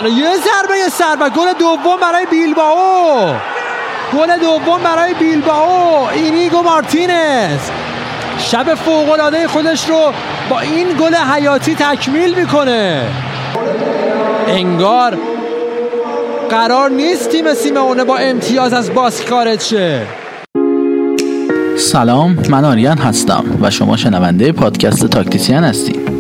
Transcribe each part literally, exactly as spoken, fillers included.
یه ضربه یه ضربه گل دوم برای بیلبائو، گل دوم برای بیلبائو. اینیگو مارتینز شب فوق‌العاده خودش رو با این گل حیاتی تکمیل میکنه. انگار قرار نیست تیم سیمئونه با امتیاز از باسک خارج شه. سلام، من آریان هستم و شما شنونده پادکست تاکتیسیان هستید.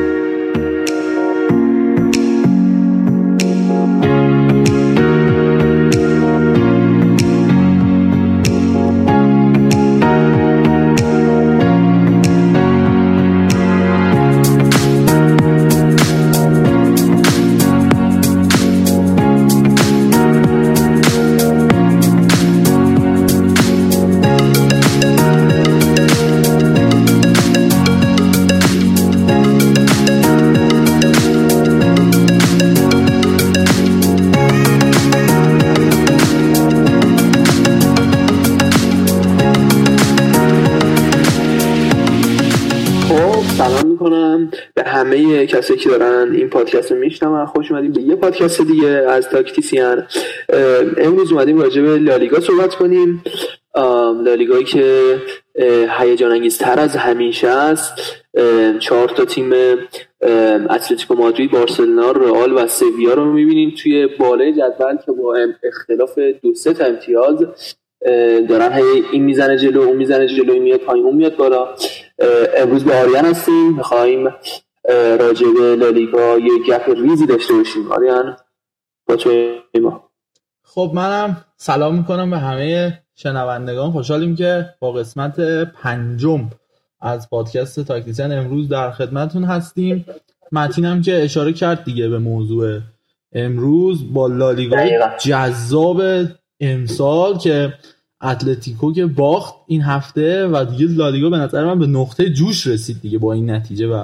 همه کسایی که دارن این پادکست رو میشنون خوش اومدیم به یه پادکست دیگه از تاکتیسیان. امروز اومدیم راجع به لالیگا صحبت کنیم، لالیگایی که هیجان انگیزتر از همیشه است. چهار تا تیم اتلتیکو مادرید، بارسلونا، رئال و سویا رو میبینیم توی بالای جدول که با اختلاف دو سه تا امتیاز دارن هی این میزنه جلو اون میزنه جلو، این میاد پایین اون میاد بالا. امروز با آریان هستیم، میخوایم راجع به لالیگا یه گپ ریزی داشته باشیم. آریان با توی ما. خب منم سلام میکنم به همه شنوندگان. خوشحالیم که با قسمت پنجم از پادکست تاکتیسیان امروز در خدمتتون هستیم. متینم که اشاره کرد دیگه به موضوع امروز با لالیگا جذاب امسال که اتلتیکو که باخت این هفته و دیگه لالیگا به نظر من به نقطه جوش رسید دیگه با این نتیجه. و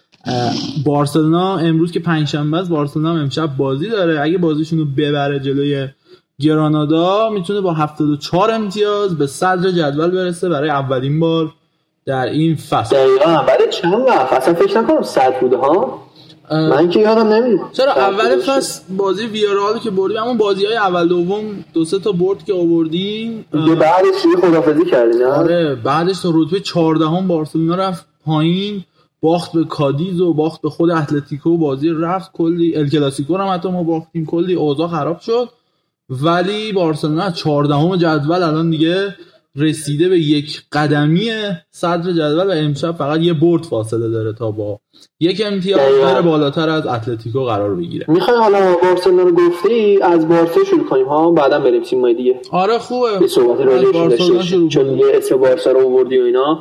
بارسلونا امروز که پنجشنبه است، بارسلونا هم امشب بازی داره. اگه بازیشون رو ببره جلوی گرانادا میتونه با هفتاد و چهار امتیاز به صدر جدول برسه برای اولین بار در این فصل. دقیقاً بعد چند وقت اصلا فکر نکنم صد بوده ها. من که یادم نمیاد. چرا اول فصل بازی ویارال که بردیم، اما بازی‌های اول دوم دو سه تا برد که آوردیم دیگه بعدش دیگه خدافظی کردین. آره بعدش تا رتبه چهاردهم بارسلونا رفت پایین، باخت به کادیز و باخت به خود اتلتیکو، بازی رفت کلی ال کلاسیکو هم حتی ما باختیم، کلی اوضاع خراب شد. ولی بارسلونا چهاردهم جدول الان دیگه رسیده به یک قدمی صدر جدول و امشب فقط یه برد فاصله داره تا با یک امتیاز بره بالاتر از اتلتیکو قرار بگیره. میخوای حالا بارسلونا رو گفتی از بارسا شروع کنیم ها، بعدم بریم تیم‌های دیگه. آره خوبه. به صحبت راجعش داشتیم چون یه اسم بارسا رو آوردی و اینا.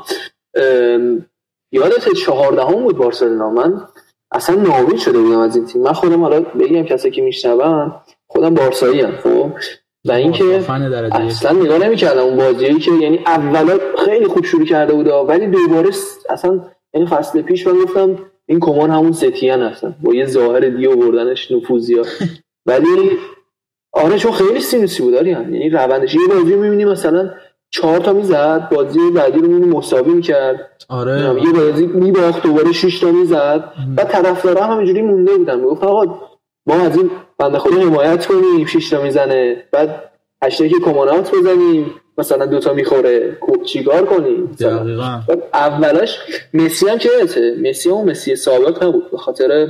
یادت چهاردهم بود بارسلونا؟ من اصلا ناامید شده بودم از این تیم. من خودم حالا بگم کسایی که میشنون خودم بارسایی ام خب و اینکه اصلا نگاه نمی‌کردم اون بازیایی که یعنی اولا خیلی خوب شروع کرده بود ولی دوباره اصلا یعنی فصل پیش من گفتم این کمان همون ستیان هستن با یه ظاهر دیگه آوردنش نفوذیا ولی آره چون خیلی سینوسی بود آریان. یعنی روندش یه بازی می‌بینی مثلا چهار تا میزد، بازی بعدی رو می‌بینی مساوی می‌کرد. آره یه بازی میباخت دوباره شش تا میزد. بعد طرفدارا هم همینجوری مونده بودن میگفتن آقا ما از این بنده خدا حمایت کنیم، شش تا میزنه بعد هشت که کمانات بزنیم مثلا دوتا میخوره چیکار کنیم. دقیقاً اولش مسی هم که اته مسی هم مسی سابق نبود به خاطر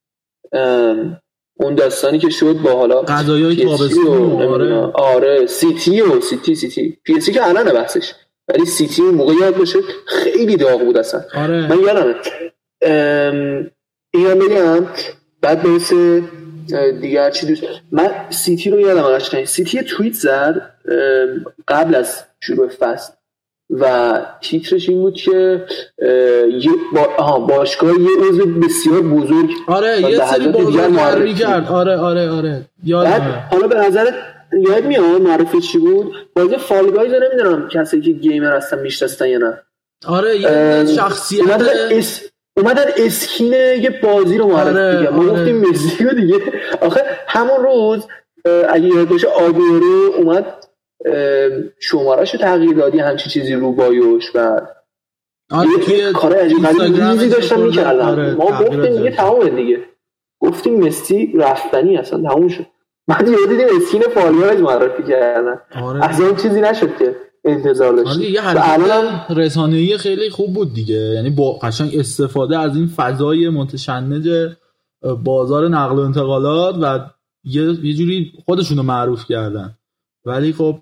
اون داستانی که شد با حالا قضایای تابستون. آره آره سیتی و سیتی سیتی پی اس جی که الان بحثش، ولی سیتی اون موقع یاد باشه خیلی داغ بود اصلا. آره. من یادمه این هم بگم بعد برسه دیگر چی دوست من سیتی رو یادم قشنگ سیتی توییت زد قبل از شروع فصل و تیترش این بود که یه با... آها باشگاه یه عضو بسیار بزرگ آره یه سری بازیکن کرد. آره آره آره یادم. حالا به نظرت یاد میاد معرفی چی بود؟ بازی فال گایز نمیدونم کسی که گیمر هستن میشناسن یا نه. آره یه شخصیت اومدن, اس... اومدن اسکین یه بازی رو معرفی آره، دیگه ما گفتیم آره. مسی رو دیگه آخه همون روز اگه یاد باشه آگورو اومد شماره‌شو تغییر دادی همچی چیزی رو بایوش و آره توی کار عجیب غریبی داشتن می‌کردن. ما گفتیم دیگه تمام دیگه گفتیم مسی رفتنی اصلا تموم شد. بعد یه دیدیم اسکین فالیاج معرفی کردن. آره. اصلا اون چیزی نشد که انتظار داشتیم. آره یه حرکت رسانه‌ای خیلی خوب بود دیگه، یعنی با قشنگ استفاده از این فضای متشنج بازار نقل و انتقالات و یه یه جوری خودشونو معروف کردن. ولی خب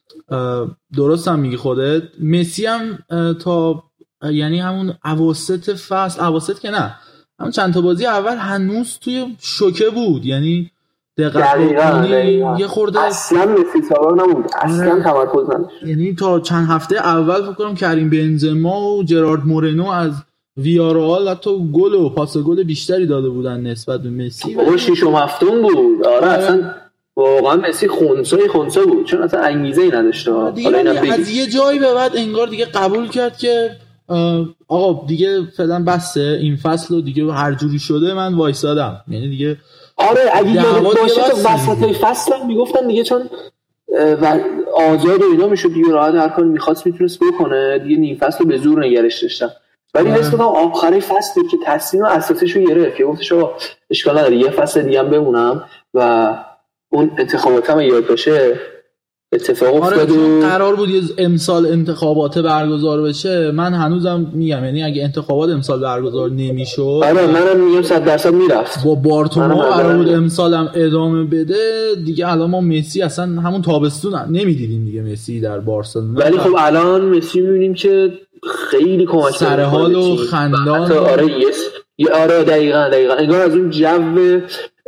درست هم میگی خودت، مسی هم تا یعنی همون اواسط فصل، اواسط که نه، همون چند تا بازی اول هنوز توی شوکه بود، یعنی دقیقاً یه خورده اصلا مسی سوار نبود، اصلا تمرکز نداشت. یعنی تا چند هفته اول فکر کنم کریم بنزما و جرارد مورنو از ویارال حتی گل و پاس گل بیشتری داده بودن نسبت به مسی. و ششم هفتم بود. آره اصلا واقعا مسی خونسای خونسا بود، چون اصلا انگیزه‌ای نداشت. حالا اینا از یه جایی به بعد انگار دیگه قبول کرد که آقا دیگه فعلا بسه این فصل رو دیگه هر جوری شده من وایسادم، یعنی دیگه آره اگه یاد باشه تو وسط فصل هم میگفتن دیگه، چون و آزاد و اینا میشد دیگه، راحت هر کاری میخواست میتونست بکنه دیگه، نیم فصل رو به زور نگرش داشتن. ولی نسبت آخری فصل بود که تصمیم اساسیشو گرفت که گفتش آقا اشکال نداره یه فصل دیگه هم بمونم و اون انتخاباتم یاد باشه. اتفاق افتاد و قرار بود یه امسال انتخابات برگزار بشه. من هنوزم میگم یعنی اگه انتخابات امسال برگزار نمیشد آره منم میگم صد درصد میرفت. با بارتومو قرار بود امسالم ادامه بده دیگه. الان ما مسی اصلا همون تابستون نمیدیدیم دیگه مسی در بارسلونا. ولی خب الان مسی میبینیم که خیلی کمک سر حال و خندان. آره یه آره دقیقاً دقیقاً انگار از اون جو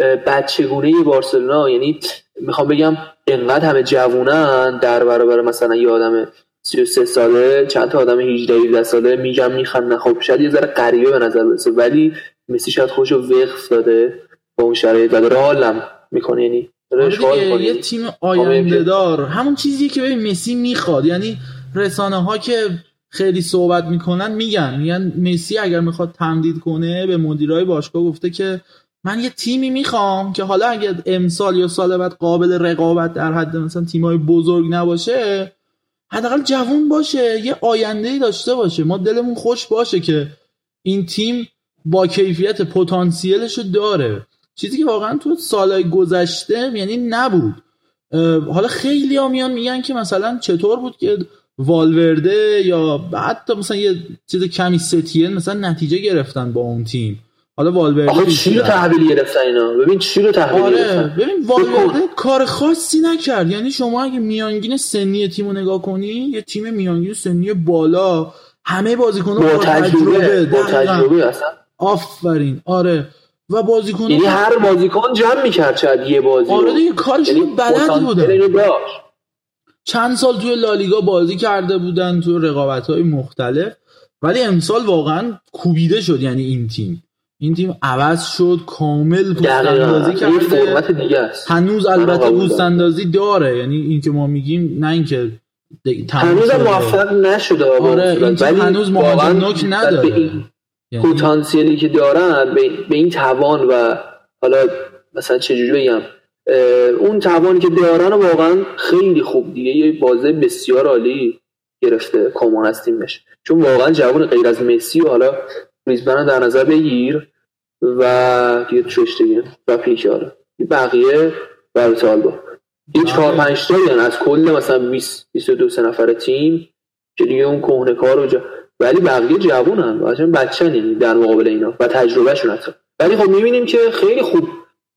بچگونه بارسلونا، یعنی میخوام بگم اینقدر همه جوونن در برابر مثلا یه آدم سی و سه ساله، چند تا آدم هجده هجده ساله میگم میخندن. خب شاید یه ذره غریبه به نظر برسه ولی مسی شاید خودشو وقف داده با اون شرایط و داره حالم میکنه، یعنی دیگه یه تیم آینده دار، همون چیزی که ببین مسی میخواد. یعنی رسانه ها که خیلی صحبت میکنن میگن میگن مسی اگر میخواد تمدید کنه به مدیرای باشگاه گفته که من یه تیمی میخوام که حالا اگه امسال یا سال بعد قابل رقابت در حد مثلا تیمای بزرگ نباشه حداقل جوون باشه، یه آینده‌ای داشته باشه، ما دلمون خوش باشه که این تیم با کیفیت پتانسیلشو داره، چیزی که واقعا تو سالهای گذشته یعنی نبود. حالا خیلی ها میان میگن که مثلا چطور بود که والورده یا حتی مثلا یه چیز کمی ستین مثلا نتیجه گرفتن با اون تیم. حالا والورده آخه چی رو تحویل گرفتن اینا؟ ببین چی رو تحویل آره. گرفتن. ببین والورده کار خاصی نکرد. یعنی شما اگه میانگین سنی تیمو نگاه کنی، یه تیم میانگین سنی بالا، همه بازیکن‌ها با تجربه با تجربه اصلا. آفرین. آره و بازیکن‌ها یعنی هر بازیکن جمع می‌کرد شاید یه بازی. آره دیگه کارش یعنی بلد بوده. داشت. چند سال توی لالیگا بازی کرده بودن توی رقابت‌های مختلف، ولی امسال واقعا کوبیده شد. یعنی این تیم این تیم عوض شد، کامل پوست‌اندازی کرده، فرمت دیگه است. هنوز البته پوست‌اندازی داره، یعنی این که ما میگیم نه اینکه هنوز موفق نشده. آره این تیم هنوز مهاجم نوک نداره. یعنی پتانسیلی که دارن به این توان و حالا مثلا چجوری بگم اون توانی که دارن واقعا خیلی خوب دیگه. یه بازه بسیار عالی گرفته کمان از تیمش، چون واقعا جوان غیر از مسی و حالا گریزمان در نظر بگیر و دیگه ترشتگن و پیکاره بقیه برسال با این چهار پنج تا یعنی از کل مثلا بیست بیست و دو سه نفر تیم که دیگه اون کهنه کار و جا... ولی بقیه جوانن و اصلا بچه‌ن یعنی در مقابل اینا و تجربه شون حتی. ولی خب میبینیم که خیلی خوب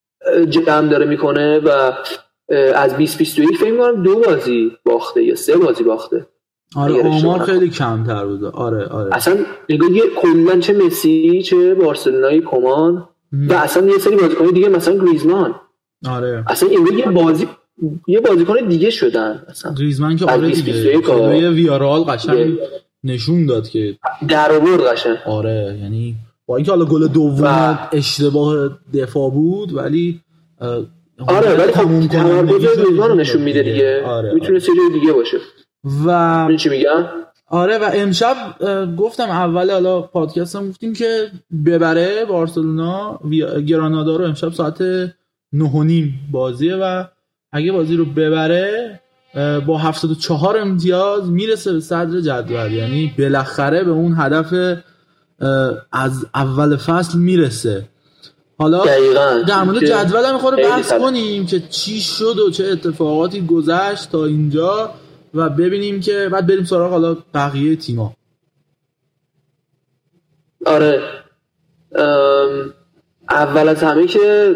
جمع داره میکنه و از بیست بیست و یک فکر می‌کنم دو بازی باخته یا سه بازی باخته. آره آمار خیلی کمتر بوده. آره آره اصلا نگاه یه کلا چه مسی چه بارسلونای کمان و اصلا یه سری بازیکن دیگه مثلا گریزمان آره اصلا این یه بازی یه بازیکن دیگه شدن. اصلا گریزمان که آره دیگه جلوی ویارال قشنگ نشون داد که در آورد قشنگ. آره یعنی با اینکه حالا گل دوم اشتباه دفاع بود ولی آره ولی خب تمرکز گریزمان رو نشون میده دیگه. آره میتونه سری دیگه باشه. و من چی میگم؟ آره و امشب گفتم اول حالا پادکستم گفتیم که ببره بارسلونا گرانادا رو امشب ساعت نه و نیم بازیه و اگه بازی رو ببره با هفتاد و چهار امتیاز میرسه به صدر جدول، یعنی بالاخره به اون هدف از اول فصل میرسه. حالا دقیقاً در مورد جدول هم میخوره بحث کنیم که چی شد و چه اتفاقاتی گذشت تا اینجا و ببینیم که بعد بریم سراغ حالا بقیه تیم‌ها. آره اول از همه که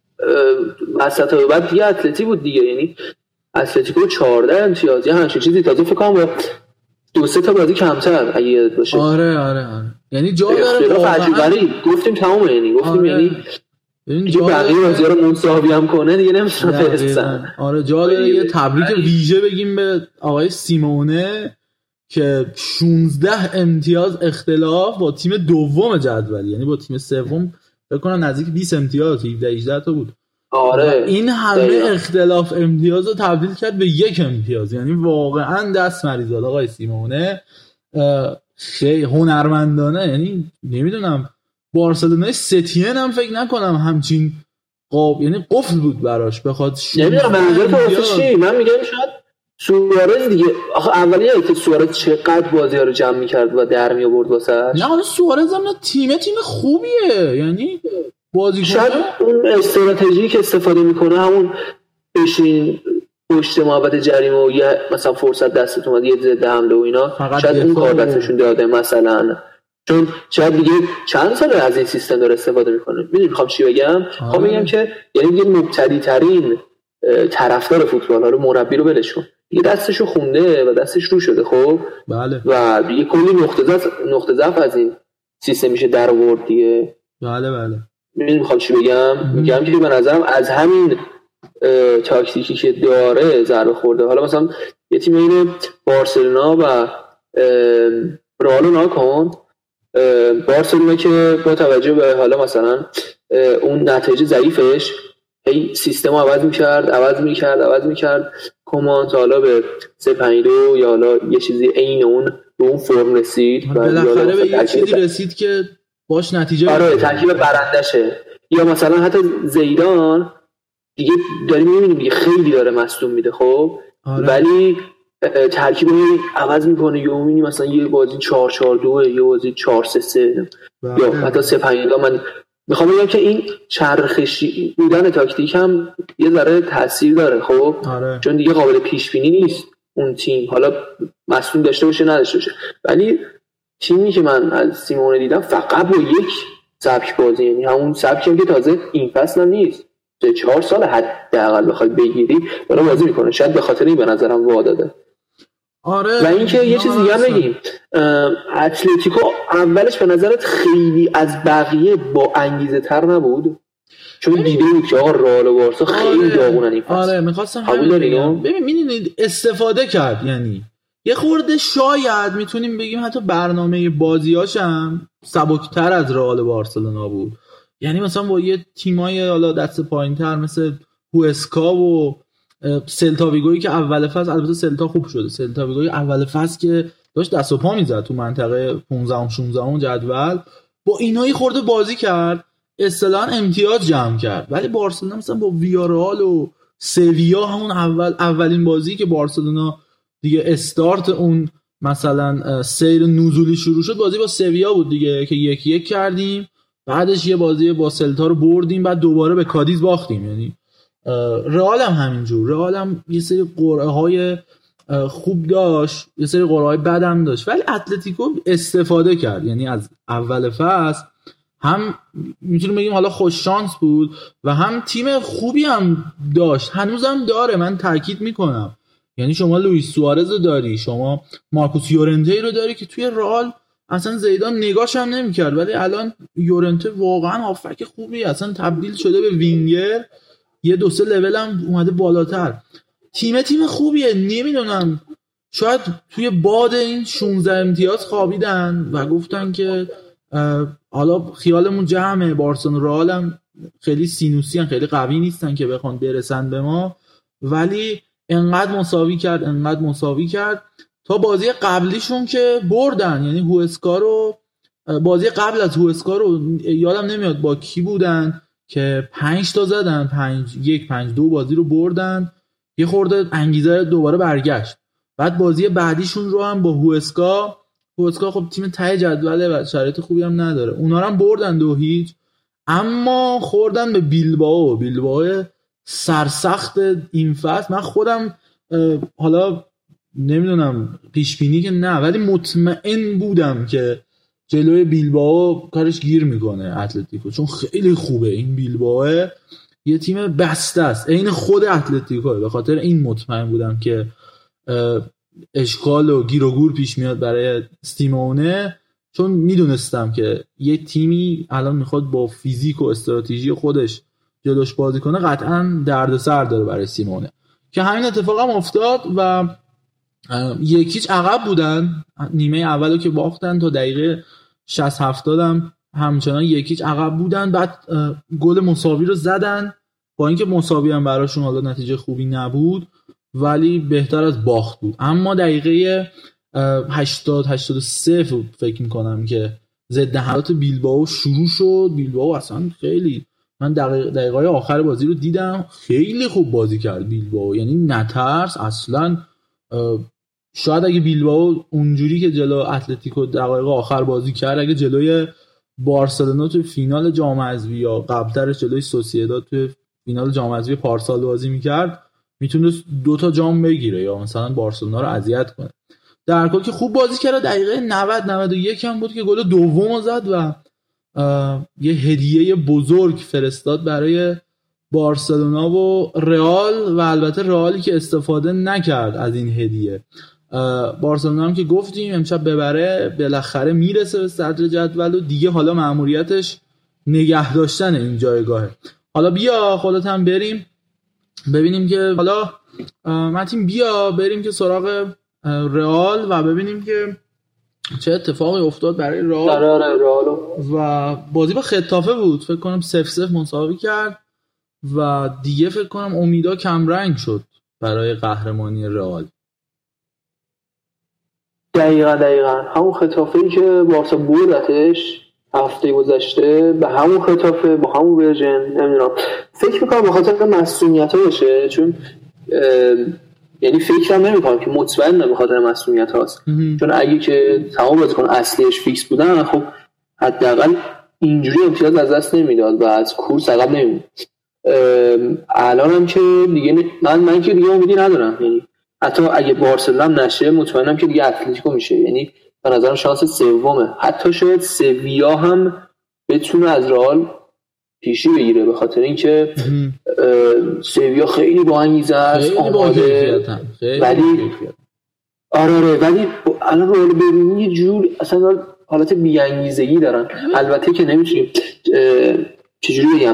وسط و بعد دیگه اتلتی بود دیگه، یعنی اتلتیکو چهارده امتیاز یا همچین چیزی، تازه فکر کنم با دو سه تا بازی کمتر اگه یادت باشه. آره آره آره یعنی جا داره واقعا گفتیم تمام، یعنی گفتیم آره. یعنی دیگه بقیه بازی‌ها رو مساوی هم کنه دیگه نمیتونه برسن. آره جا داره یه تبریک ویژه بگیم به آقای سیمونه که شانزده امتیاز اختلاف با تیم دوم جدول، یعنی با تیم سوم فکر کنم نزدیک بیست امتیاز هجده هجده تا بود. آره این همه دقیقا. اختلاف امتیاز رو تبدیل کرد به یک امتیاز، یعنی واقعا دست مریض آقای سیمونه، خیلی هنرمندانه. یعنی نمیدونم بارسلونای ستین هم فکر نکنم همچین قاب، یعنی قفل بود براش بخواد. نمیدونم منظور تو چی؟ من میگم شاید سوارز دیگه، آخه اولیه که سوارز چقدر بازی‌ها رو جمع می‌کرد و در می‌آورد واسش. نه حالا سوارز هم تیم تیم خوبیه، یعنی بازیکن شاید اون استراتژی که استفاده میکنه همون بشین پشت محوطه جریمه و یه مثلا فرصت دستت اومد یه ضد حمله و اینا، شاید اون کار دستشون داده مثلا، چون شاید دیگه چند ساله از این سیستم داره استفاده میکنه. میدونی میخوام چی بگم؟ میخوام بگم که یعنی دیگه مبتدی ترین طرفدار فوتبال ها رو مربی رو ولش کن، دیگه دستشو خونده و دستش رو شده. خب بله. و دیگه کلی نقطه ضعف نقطه ضعف از این سیستم میشه در آورد دیگه. بله بله. میدونی میخوام چی بگم؟ میگم که به نظرم از همین تاکتیکی که داره ضربه خورده. حالا مثلا یه تیم این بارسلونا و رئال ناکن، بارسلونا که با توجه به حالا مثلا اون نتایج ضعیفش هی سیستم عوض میکرد عوض میکرد عوض میکرد کمان تا حالا به سه پنج دو یا حالا یه چیزی عین اون به اون فرم رسید و بالاخره به یه چیزی رسید که باش نتیجه آره ترکیب برندشه. یا مثلا حتی زیدان دیگه داریم میبینیم دیگه خیلی داره مصدوم میده خب آره. ولی ترکیب رو عوض میکنه، یا میبینی مثلا یه بازی چهار چهار دو یه بازی چهار سه سه یا حتی سه پنج دو. من میخوام بگم که این چرخشی بودن تاکتیک هم یه ذره تاثیر داره خب آره. چون دیگه قابل پیش بینی نیست اون تیم، حالا مصدوم داشته باشه نداشته باشه، ولی تیمی که من از سیمونه دیدم فقط با یک سبک بازی، یعنی همون سبکی که تازه این فصل نیست، سه چهار سال حداقل بخوای بگیری بالا بازی میکنه، شاید به خاطر این به نظرم وا داده. آره. و اینکه یه چیز دیگه هم بگیم، اتلتیکو اولش به نظرت خیلی از بقیه با انگیزه تر نبود؟ چون دیده بود که آقا رئال و بارسا خیلی آره. داغونن این فصل. آره می‌خواستم همین بگم. ببین می‌بینید استفاده کرد، یعنی یه خورده شاید میتونیم بگیم حتی برنامه بازیاش هم سبکتر از رئال بارسلونا بود، یعنی مثلا با یه تیمای حالا دست پایین‌تر مثل هوسکا و سلتا ویگویی که اول فصل، البته سلتا خوب شده، سلتا ویگویی اول فصل که داشت دست و پا میزد تو منطقه پانزدهم شانزدهم جدول، با اینایی خورده بازی کرد، اصطلاحاً امتیاز جمع کرد. ولی بارسلونا مثلا با ویارال و سویا همون اول اولین بازی که بارسلونا دیگه استارت اون مثلا سیر نزولی شروع شد، بازی با سویا بود دیگه که یک یک کردیم، بعدش یه بازی با سلتا رو بردیم، بعد دوباره به کادیز باختیم. یعنی رئال هم همینجور، رئال هم یه سری قرعه های خوب داشت، یه سری قرعه های بد هم داشت، ولی اتلتیکو استفاده کرد. یعنی از اول فصل هم میتونیم بگیم حالا خوش شانس بود و هم تیم خوبی هم داشت، هنوزم داره، من تاکید میکنم. یعنی شما لوئیس سوارز رو داری، شما مارکوس یورنته رو داری که توی رئال اصلا زیدان نگاش هم نمی‌کرد، ولی الان یورنته واقعا هافک خوبی، اصلا تبدیل شده به وینگر، یه دو سه لول هم اومده بالاتر. تیم تیم خوبیه. نمیدونم شاید توی باد این شانزده امتیاز خوابیدن و گفتن که حالا خیالمون جمعه، بارسلونا رئال هم خیلی سینوسی هن، خیلی قوی نیستن که بخوان برسن به ما، ولی انقدر مساوی کرد انقدر مساوی کرد تا بازی قبلیشون که بردن. یعنی هوسکا رو بازی قبل از هوسکا رو یادم نمیاد با کی بودن که پنج تا زدن، پنج یک پنج دو بازی رو بردن، یه خورده انگیزه دوباره برگشت. بعد بازی بعدیشون رو هم با هوسکا، هوسکا خب تیم ته جدوله و شرایط خوبی هم نداره، اونا رو هم بردن دو هیچ. اما خوردن به بیلبائو بیلبائو سرسخت این فصل. من خودم حالا نمیدونم پیش بینی که نه، ولی مطمئن بودم که جلوی بیلبائو کارش گیر میکنه اتلتیکو، چون خیلی خوبه این بیلبائو، یه تیم بسته است عین خود اتلتیکو. به خاطر این مطمئن بودم که اشکال و گیر و گور پیش میاد برای سیمونه، چون میدونستم که یه تیمی الان میخواد با فیزیک و استراتژی خودش جلوش بازی کنه قطعا دردسر داره برای سیمونه، که همین اتفاق هم افتاد و یکیچ عقب بودن نیمه اولو که باختن تا دقیقه شصت هفتاد هم همچنان یکیچ عقب بودن، بعد گل مساوی رو زدن، با اینکه مساوی هم براشون حالا نتیجه خوبی نبود ولی بهتر از باخت بود. اما دقیقه هشتاد هشتاد و سه فکر میکنم که ضد حملات بیلبائو شروع شد. بیلبائو اصلا خیلی، من دقیقه دقیقه آخر بازی رو دیدم، خیلی خوب بازی کرد بیلبائو، یعنی نترس اصلا. شاید اگه بیلبائو اونجوری که جلو اتلتیکو دقایق آخر بازی کرد، اگه جلوی بارسلونا تو فینال جام حذفی یا قبلترش جلوی سوسییداد تو فینال جام حذفی پارسال بازی میکرد، میتونست دو تا جام بگیره یا مثلا بارسلونا رو اذیت کنه. در کل که خوب بازی کرد. دقیقه نود نود و یک هم بود که گل دومو زد و یه هدیه بزرگ فرستاد برای بارسلونا و رئال، و البته رئالی که استفاده نکرد از این هدیه. بارسلونا هم که گفتیم امشب ببره بالاخره میرسه به صدر جدول و دیگه حالا مأموریتش نگه داشتن این جایگاهه. حالا بیا خودت هم بریم ببینیم که حالا متین بیا بریم که سراغ رئال و ببینیم که چه اتفاقی افتاد برای رئال. و بازی با خطافه بود، فکر کنم صفر صفر مساوی کرد و دیگه فکر کنم امیدا کم رنگ شد برای قهرمانی رئال. دقیقا دقیقا همون خطافه‌ای که بارسا بردتش هفته گذشته، به همون خطافه با همون ورژن. نمیدونم، فکر میکنم به خاطر معصومیت ها باشه، چون یعنی فکرم نمیکنم که مطمئنم به خاطر معصومیت هاست، چون اگه که تمام بازیکن اصلیش فیکس بودن خب حداقل اینجوری امتیاز از دست نمیداد و از کورس عقب نمیموند. الان هم که دیگه من من که دیگه امیدی ندارم، یعنی حتی اگه بارسلونا هم نشه مطمئنم که دیگه اتلتیکو میشه، یعنی به نظرم شانس سومه. حتی شاید سویا هم بتونه از رئال پیشی بگیره، به خاطر اینکه سویا خیلی با انگیزه است، آماده، ولی آره آره ولی الان رئال ببینی یه جور اصلا حالت بی انگیزگی دارن. البته که نمیتونیم چجوری بگم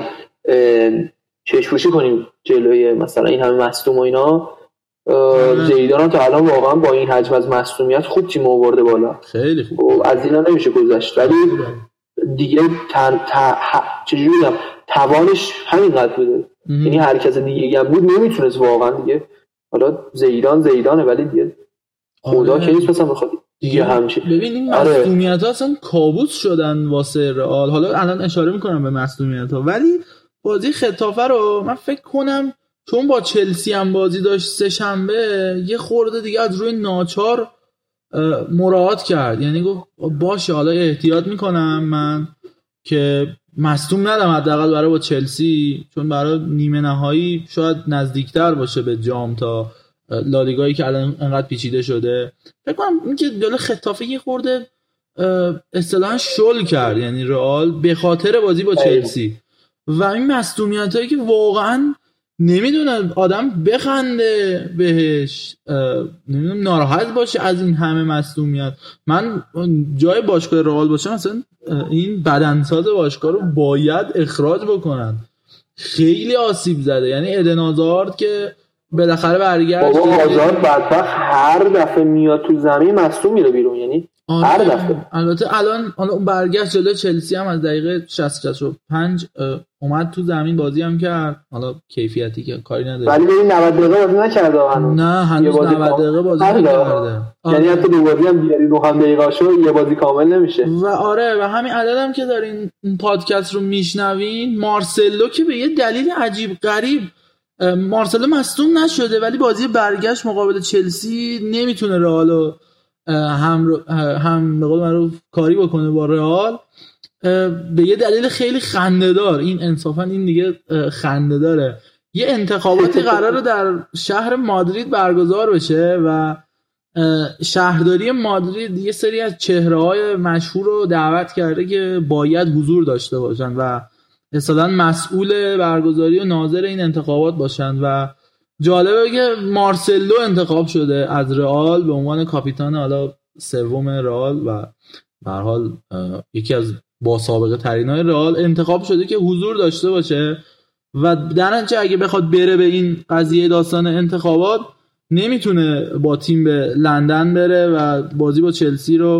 چشم‌پوشی کنیم جلوی مثلا این همه مصدوم و اینا. زیدان هم تا الان واقعا با این حجم از مصدومیت خوب تیم آورده بالا، خیلی خوب، از اینا نمیشه گذشت، ولی دیگه تر تا چجوری بگم توانش همینقدر بوده، یعنی هر کس دیگه هم بود نمیتونست واقعا دیگه. حالا زیدان زیدانه ولی دیگه خدا که نیست مثلا بخواد دیگه همچین. ببین این مصدومیت‌ها اصلا کابوس شدن واسه رئال. حالا الان اشاره میکنم به مصدومیت‌ها، ولی بازی خطافه رو من فکر کنم چون با چلسی هم بازی داشت سه شنبه یه خورده دیگه از روی ناچار مراعات کرد، یعنی گفت باشه حالا احتیاط میکنم من که مصدوم ندم حداقل برای با چلسی، چون برای نیمه نهایی شاید نزدیکتر باشه به جام تا لالیگایی که الان انقدر پیچیده شده. فکر کنم اینکه جلوی خطافه یه خورده اصطلاحاً شل کرد، یعنی رئال به خاطر بازی با چلسی و این مصدومیتایی که واقعاً نمیدونم آدم بخنده بهش، نمیدونم ناراحت باشه از این همه مصدومیت. من جای باشگاه رئال باشم مثلا این بدنساز باشگاه رو باید اخراج بکنن، خیلی آسیب زده. یعنی ایدن هازارد که بالاخره برگشت، بابا هازارد بدبخت هر دفعه میاد تو زمین مصدوم میره بیرون، یعنی آره. هر دفعه. البته الان اون برگشت جلوی چلسی هم از دقیقه شصت شصت و پنج اومد تو زمین بازی هم کرد، حالا کیفیتی که کاری نداره، ولی ببین نود دقیقه بازی نکرده هنوز. نه هنوز نود دقیقه بازی نکرده، یعنی حتی دو بازی هم بیاری دو هم دقیقه شو یه بازی کامل نمیشه. و آره و همین الانم که دارین پادکست رو میشنوین، مارسلو که به یه دلیل عجیب غریب مارسلو مصدوم نشده ولی بازی برگشت مقابل چلسی نمیتونه رئالو هم هم به قول معروف کاری بکنه با رئال. به یه دلیل خیلی خنده‌دار، این انصافا این دیگه خنده‌داره، یه انتخاباتی قراره در شهر مادرید برگزار بشه و شهرداری مادرید یه سری از چهره‌های مشهور رو دعوت کرده که باید حضور داشته باشن و اصلا مسئول برگزاری و ناظر این انتخابات باشن و جالبه که مارسلو انتخاب شده از رئال به عنوان کاپیتان حالا سوم رئال و به هر حال یکی از با سابقه ترینای رئال انتخاب شده که حضور داشته باشه و در نتیجه اگه بخواد بره به این قضیه داستان انتخابات نمیتونه با تیم به لندن بره و بازی با چلسی رو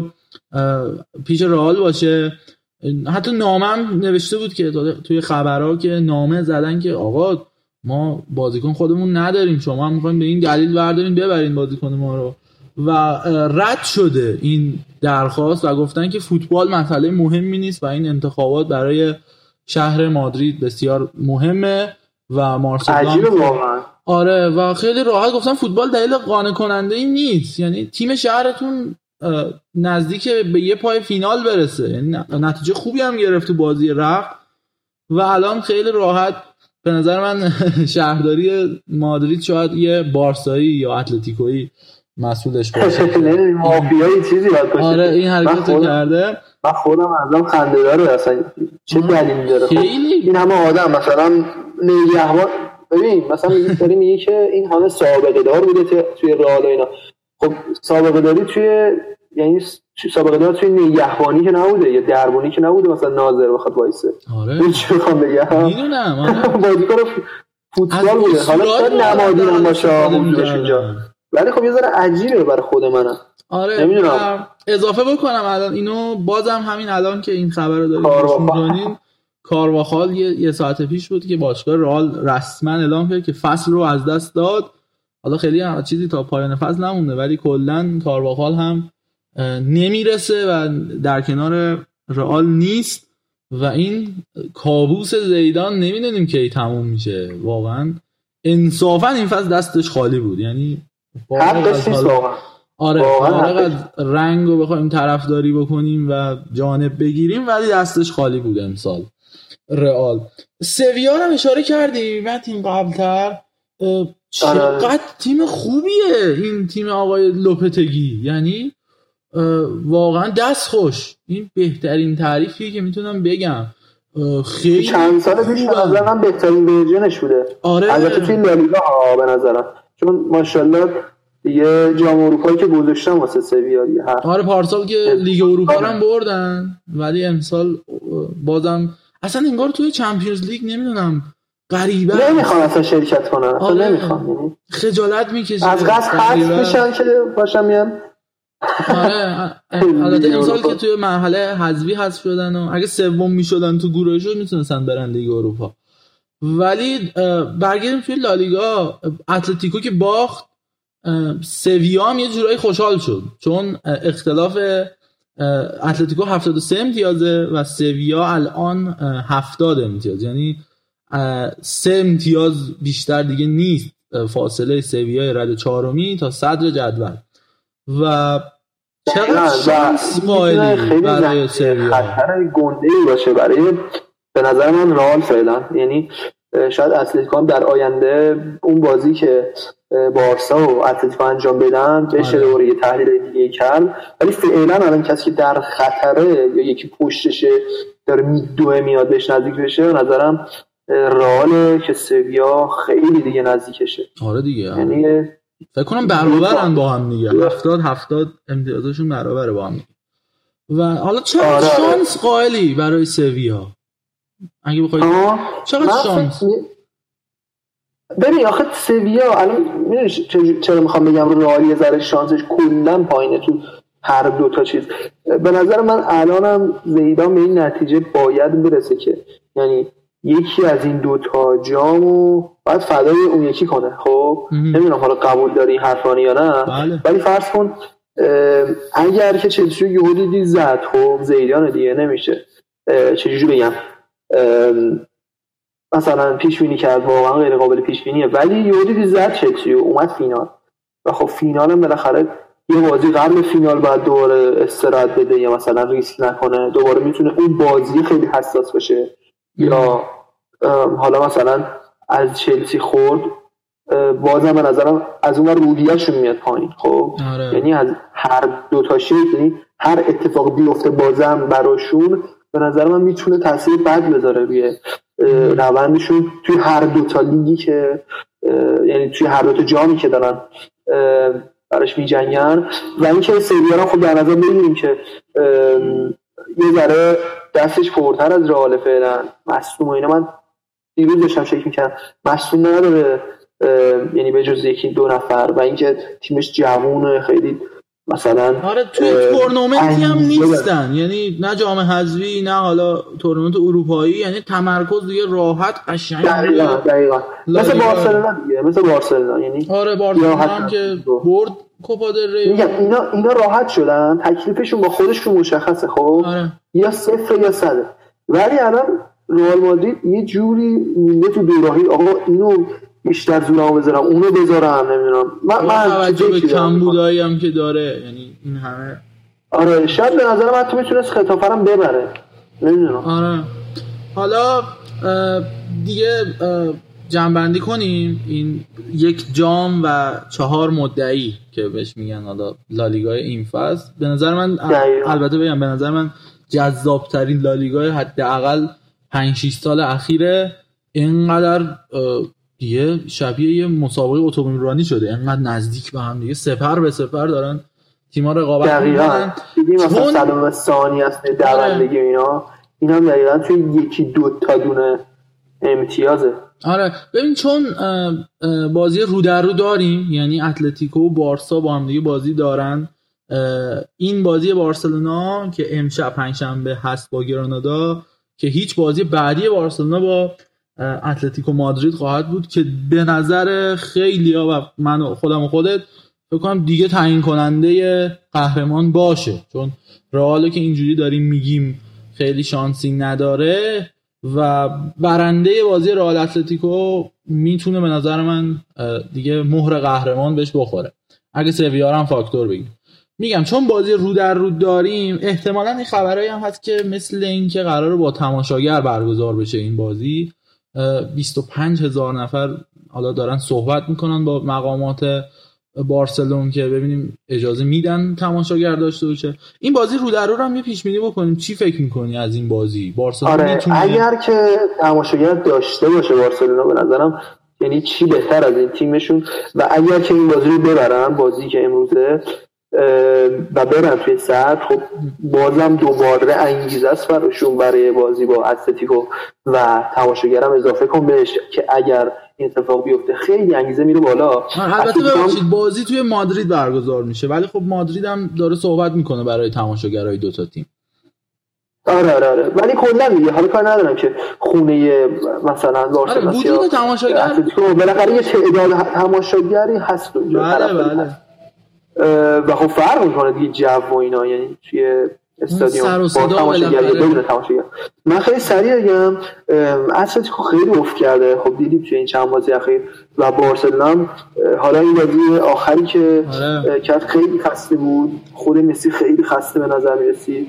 پیش رئال باشه. حتی نامه هم نوشته بود که توی خبرها که نامه زدن که آقا ما بازیکن خودمون نداریم، شما هم میخوایم به این دلیل بردارین ببرین بازیکن ما رو و رد شده این درخواست و گفتن که فوتبال مسئله مهمی نیست و این انتخابات برای شهر مادرید بسیار مهمه و مارسلو عجیبه واقعا. آره و خیلی راحت گفتن فوتبال دلیل قانع کننده ای نیست، یعنی تیم شهرتون نزدیک به یه پای فینال برسه، یعنی نتیجه خوبی هم گرفت تو بازی رفت و الان خیلی راحت به نظر من شهرداری مادرید شاید یه بارسایی یا اتلتیکویی مسئولش باشه. نه مافیایی چیزی باید باشه. آره این حرکتو کرده. من خودم ازم خنده داره اصلا چه دلیلی داره خب این همه آدم مثلا نگهبان ببین مثلا میگه میگه که این همه سابقه دار بوده توی رئال و اینا، خب سابقه داری توی یعنی سابقه دار توی نگهبانی که نبوده یا دربانی که نبوده مثلا ناظر بخواد وایسه. آره چی میخوام بگم میدونم آره بازیکن فوتبال بوده حالا شاید نمادین هم باشه حضورش اینجا ولی خب یه ذره عجیبه برای خود منم. آره نمیدونم اضافه بکنم الان اینو بازم همین الان که این خبر رو دارید گوش می‌کنین کارواخال یه, یه ساعت پیش بود که باشگاه رئال رسما اعلام کرد که فصل رو از دست داد. حالا خیلی هم چیزی تا پایان فصل نمونده ولی کلا کارواخال هم نمیرسه و در کنار رئال نیست و این کابوس زیدان نمیدونیم کی تموم میشه. واقعا انصافا این فصل دستش خالی بود، یعنی حقش نیست واقعا. آره فارغ از رنگ رو بخوایم طرفداری بکنیم و جانب بگیریم ولی دستش خالی بود امسال رئال. سویا رو اشاره کردیم بعد تیم قبلتر چقدر تیم خوبیه این تیم آقای لوپتگی، یعنی واقعا دست خوش، این بهترین تعریفیه که میتونم بگم. خیلی چند سال پیش به نظر من بهترین ورژنش بوده. آره البته توی لالیگا ها به نظرم چون ماشاءالله دیگه جام اروپایی که گذاشتن واسه سویا دیگه. آره پارسال که لیگ اروپا رو هم بردن ولی امسال بازم اصلا انگار توی چمپیونز لیگ نمیدونم غریبه نمیخوان اصلا شرکت کنن. اصلا آره. نمیخوان خجالت میکشه از قصد حذف میشن که باشم میان. آره البته امسال که توی مرحله حذفی حذف شدن و اگه سوم میشدن تو گروه شد میتونستن برن لیگ اروپا. ولی برگردیم توی لالیگا اتلتیکو که باخت، سویا هم یه جورایی خوشحال شد چون اختلاف اتلتیکو هفتاد و سه امتیازه و سویا الان هفتاد امتیاز، یعنی سه امتیاز بیشتر دیگه نیست فاصله سویا رده چهارمی تا صدر جدول و چقدر شانس قائلی برای سویا. خطر گنده‌ای باشه برای به نظر من رئال فعلا، یعنی شاید اتلتیکو در آینده اون بازی که بارسا و اتلتیکو انجام بدن بشه دوره یه تحلیل دیگه کرد، ولی فعلا الان کسی که در خطره یا یکی پشتشه داره میدوه میاد بهش نزدیک بشه به نظرم رئال که سویا خیلی دیگه نزدیکشه. آره دیگه یعنی فکر کنم برابرن با هم دیگه، هفتاد هفتاد امتیازشون برابره با هم دیگه. و حالا چقدر آره. شانس قائلی برای سویا اگه بخواید چقدر شانس ببین آخه سویا الان میدونی چرا میخوام بگم رو رئال یه ذره شانسش کلا پایینه تو هر دو تا چیز. به نظر من الانم زیدان به این نتیجه باید برسه که یعنی یکی از این دو تا جامو باید فدای اون یکی کنه. خب نمیدونم حالا قبول داری این حرفانی یا نه بله. ولی فرض کن اگر که چلسی یهو دیدی زد خب زیدان دیگه نمیشه چجوری بگم مثلا پیش بینی کرد، واقعا غیر قابل پیش بینیه، ولی یهو دیدی زد چلسی و اومد فینال و خب فینال هم بالاخره یه بازی قبل فینال بعد دوباره استراحت بده یا مثلا ریسک نکنه، دوباره میتونه اون بازی خیلی حساس باشه. یا حالا مثلا از چلسی خورد، بازم به نظرم از اون روحیه‌شون میاد پایین. خب آره. یعنی از هر دو تا شیء، یعنی هر اتفاق بیفته بازم براشون به نظر من میتونه تاثیر بد بذاره روی روندشون توی هر دو تا لیگی که یعنی توی هر دو تا جامی که دارن براش میجنگن. و اینکه سری آ خب در نظر بگیریم که یه ذره دستش پرتر از رئال فعلا، مصدوم و اینا. من دیروز داشتم شک می‌کردم مصدوم نداره، یعنی به جز یکی دو نفر، و اینکه تیمش جوونه خیلی مثلا. آره توی تورنمنتی هم نیستن، یعنی نه جام حذفی نه حالا تورنمنت اروپایی، یعنی تمرکز دیگه راحت قشنگ. دقیقاً دقیقاً مثل بارسلونا دیگه، مثل بارسلونا. یعنی آره بارسلونا هم که برد کوپا دل ری، میگم اینا اینا راحت شدن، تکلیفشون با خودشون مشخصه. خب آره. یا صفر یا صد. ولی الان رئال مادرید یه جوری مونده تو دوراهی، آقا اینو بیشتر زورمو بذارم اونو بذارم، نمیدونم. من من توجه به کمبودایی هم که داره، یعنی این همه. آره شاید به نظر من حتی میتونست خطافه رو ببره، نمیدونم. آره حالا دیگه جمع‌بندی کنیم این یک جام و چهار مدعی که بهش میگن حالا لالیگای این فصل. به نظر من دقیقا. البته بگم به نظر من جذابترین لالیگای حداقل پنج شش سال اخیره. اینقدر دیگه شبیه یه مسابقه اتومبیل رانی شده، اینقدر نزدیک به هم دیگه، سپر به سپر دارن تیم‌ها رقابت می‌کنن. دیدیم مثلا صدام ثانی است دوندگی اینا اینا دقیقاً توی یکی دو تا دونه امتیازه. آره ببین چون بازی رو در رو داریم، یعنی اتلتیکو و بارسا با هم دیگه بازی دارن. این بازی بارسلونا که امشب پنجشنبه هست با گرانادا، که هیچ بازی بعدی بارسلونا با اتلتیکو مادرید خواهد بود که به نظر خیلی‌ها و من خودم و خودت فکر کنم دیگه تعیین کننده قهرمان باشه، چون رئال که اینجوری داریم میگیم خیلی شانسی نداره و برنده بازی رئال اتلتیکو میتونه به نظر من دیگه مهر قهرمان بهش بخوره اگه سویا هم فاکتور بگیم. میگم چون بازی رو در رو داریم، احتمالاً این خبرایی هم هست که مثل این که قراره با تماشاگر برگزار بشه این بازی، بیست و پنج هزار نفر حالا دارن صحبت میکنن با مقامات بارسلون که ببینیم اجازه میدن تماشاگر داشته باشه. این بازی رو در رو هم یه پیش بینی بکنیم، چی فکر میکنی از این بازی بارسلون؟ آره میتونه... اگر که تماشاگر داشته باشه بارسلونا به نظرم یعنی چی بهتر از این تیمشون، و اگر که این بازی رو ببرن، بازی که امروزه و برن توی صدر، خب بازم دوباره انگیزه است براشون برای بازی با اتلتیکو و تماشاگرم اضافه کن بهش که اگر این اتفاق بیفته خیلی انگیزه میره بالا. البته ببخشید بازی توی مادرید برگزار میشه، ولی خب مادرید هم داره صحبت میکنه برای تماشاگرای دو تا تیم. آره آره آره ولی کلا میگه حالا کار ندارم که خونه مثلا بارسلونا آره وجود تماشاگر بالاخره یه تعداد تماشاگری هست اونجا. بله بله و خب فرق میکنه دیگه جو و اینا، یعنی توی استادیوم با تماشاگر بدون تماشاگر. من خیلی سریع بگم اتلتیکو خیلی افت کرده، خب دیدیم توی این چند بازی اخیر، و بارسلونا حالا این بازی آخری که آره. کرد خیلی خسته بود، خود مسی خیلی خسته به نظر میرسید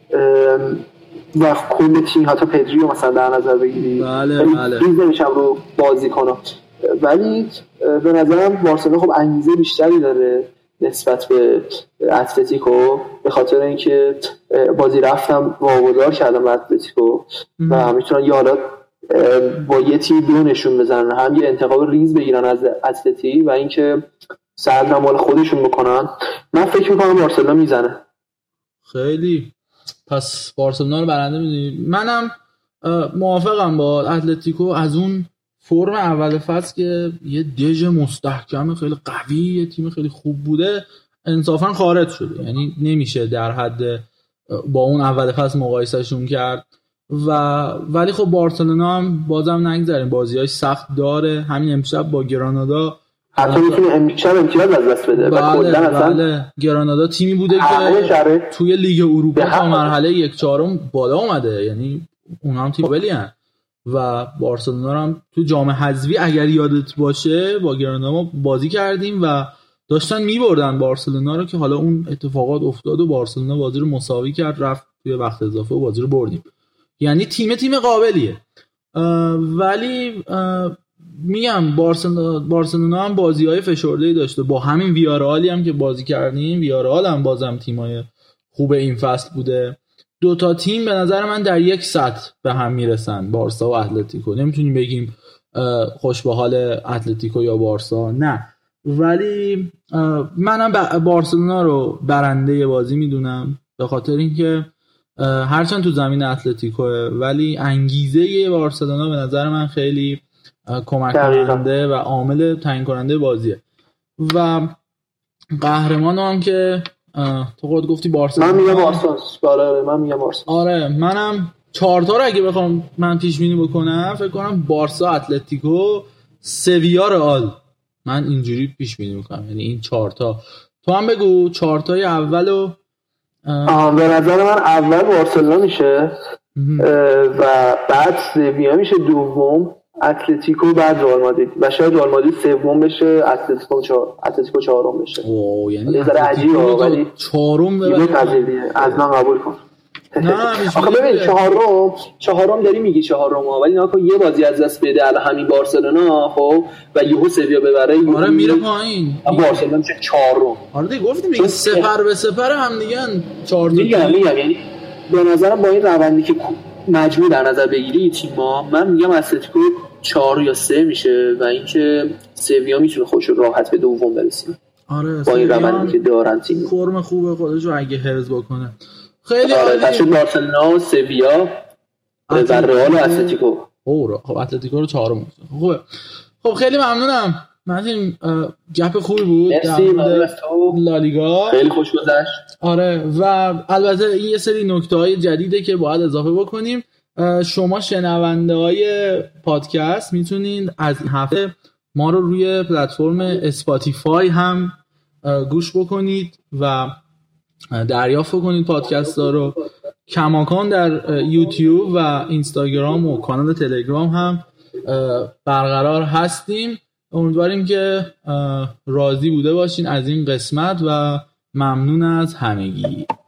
و کل تیم حتی پدریو مثلا در نظر بگیری بله بله ریز نمیشم رو بازی کنم، ولی به نظرم بارسلونا خب انگیزه بیشتری داره نسبت به اتلتیکو، به خاطر اینکه بازی رفتم واگذار کردم اتلتیکو و میتونن یا حالا با یه تیر دو نشون بزنن، هم یه انتقام ریز بگیرن از اتلتی و اینکه صدر مال خودشون بکنن. من فکر میکنم بارسلونا میزنه. خیلی پس بارسلونا رو برنده میدونی. منم موافقم با اتلتیکو، از اون فرم اول فصل که یه دژ مستحکم خیلی قوی، یه تیم خیلی خوب بوده، انصافا خارج شده، یعنی نمیشه در حد با اون اول فصل مقایسهشون کرد. و ولی خب بارسلونا هم بازم نگذاریم بازی‌های سخت داره، همین امشب با گرانادا حتی میتونه امشب امتیاز از دست بده. بله بله گرانادا تیمی بوده که توی لیگ اروپا تا مرحله یک چهارم بالا اومده، یعنی اونها هم تیم بلی هن. و بارسلونا هم تو جام حذفی اگر یادت باشه با گرانادا ما بازی کردیم و داشتن میبردن بارسلونا رو که حالا اون اتفاقات افتاد و بارسلونا بازی رو مساوی کرد، رفت توی وقت اضافه و بازی رو بردیم. یعنی تیم تیم قابلیه. ولی میگم بارسلونا بارسلونا هم بازی‌های فشرده‌ای داشته، با همین ویارئالی هم که بازی کردیم، ویارئال هم بازم تیمای خوب این فصل بوده. دو تا تیم به نظر من در یک سطح به هم میرسن، بارسا و اتلتیکو. نمیتونیم بگیم خوش به حال اتلتیکو یا بارسا، نه، ولی منم بارسلونا رو برنده بازی میدونم، به خاطر اینکه هرچند تو زمین اتلتیکوه ولی انگیزه بارسلونا به نظر من خیلی کمک کننده و عامل تعیین کننده بازیه. و قهرمان هم که تو خود گفتی بارسلونا، من میگم بارسا. آره من میگم بارسا. آره منم چهار تا رو اگه بخوام من پیش بینی بکنم فکر کنم بارسا، اتلتیکو، سویا، رئال، من اینجوری پیش بینی میکنم. یعنی این چهار تا. تو هم بگو چهار تای اولو. آه به نظر من اول بارسلونا میشه و بعد سویا میشه دوم، اتلتیکو، بعد رئال مادرید و شاید رئال مادرید سوم بشه، اتلتیکو چهار اتلتیکو چهارم بشه. اوه یعنی یه ذره عجیبه ولی چهارم ببره از من قبول کن. آخه ببین چهارم چهارم داری میگی چهارم ها، ولی ناکن یه بازی از دست بده الان همین بارسلونا خب و یهو سویا ببره، آره میره پایین، بارسلونا میشه چهارم. آره دیگه گفتیم میگی سپر به سپر هم دیگه چهار تا. میگم میگم یعنی به نظرم با این روندی که مجموع در نظر بگیری تیم‌ها، من میگم اتلتیکو چهار یا سه میشه و اینکه سویا میتونه خودش رو راحت به دوم برسونه. آره با این روندی که دارن تیم، فرم خوبه خودش رو اگه حفظ بکنه خیلی عالی. آره تاشه بارسلونا و سویا و رئال و اتلتیکو. اوه خب اتلتیکو رو چهارم. خوبه. خب خیلی ممنونم. من گپ خوبی بود در لالیگا، خیلی خوش گذشت. آره و البته این یه سری نکته‌های جدیده که باید اضافه بکنیم. شما شنونده های پادکست میتونین از این هفته ما رو روی پلتفرم اسپاتیفای هم گوش بکنید و دریافت کنید پادکست ها رو. کماکان در یوتیوب و اینستاگرام و کانال تلگرام هم برقرار هستیم. امیدواریم که راضی بوده باشین از این قسمت و ممنون از همگی.